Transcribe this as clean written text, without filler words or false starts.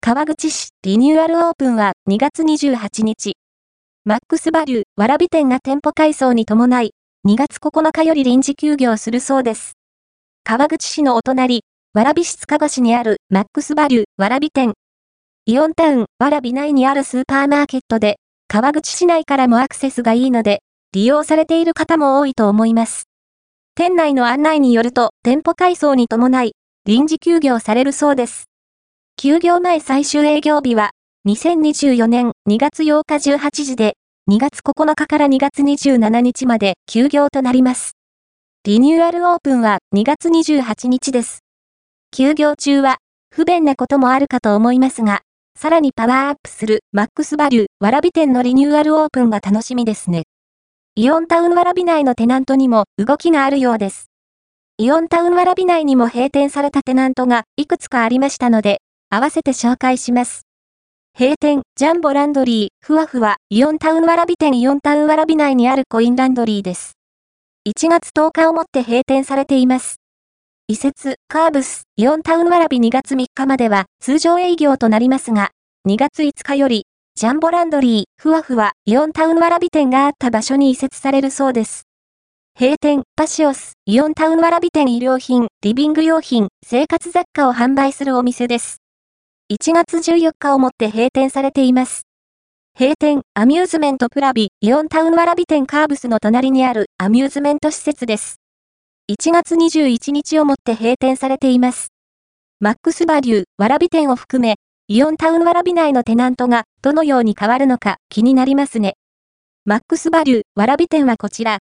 川口市リニューアルオープンは2月28日。マックスバリュー蕨店が店舗改装に伴い、2月9日より臨時休業するそうです。川口市のお隣、蕨市塚橋にあるマックスバリュー蕨店。イオンタウン蕨内にあるスーパーマーケットで、川口市内からもアクセスがいいので、利用されている方も多いと思います。店内の案内によると、店舗改装に伴い、臨時休業されるそうです。休業前最終営業日は、2024年2月8日18時で、2月9日から2月27日まで休業となります。リニューアルオープンは2月28日です。休業中は、不便なこともあるかと思いますが、さらにパワーアップするマックスバリュー蕨店のリニューアルオープンが楽しみですね。イオンタウン蕨内のテナントにも動きがあるようです。イオンタウン蕨内にも閉店されたテナントがいくつかありましたので、合わせて紹介します。閉店、ジャンボランドリー、ふわふわ、イオンタウン蕨店イオンタウン蕨内にあるコインランドリーです。1月10日をもって閉店されています。移設、カーブス、イオンタウン蕨2月3日までは通常営業となりますが、2月5日より、ジャンボランドリー、ふわふわ、イオンタウン蕨店があった場所に移設されるそうです。閉店、パシオス、イオンタウン蕨店衣料品、リビング用品、生活雑貨を販売するお店です。1月14日をもって閉店されています。閉店、アミューズメントプラビ、イオンタウン蕨店カーブスの隣にあるアミューズメント施設です。1月21日をもって閉店されています。マックスバリュー、蕨店を含め、イオンタウン蕨内のテナントがどのように変わるのか気になりますね。マックスバリュー、蕨店はこちら。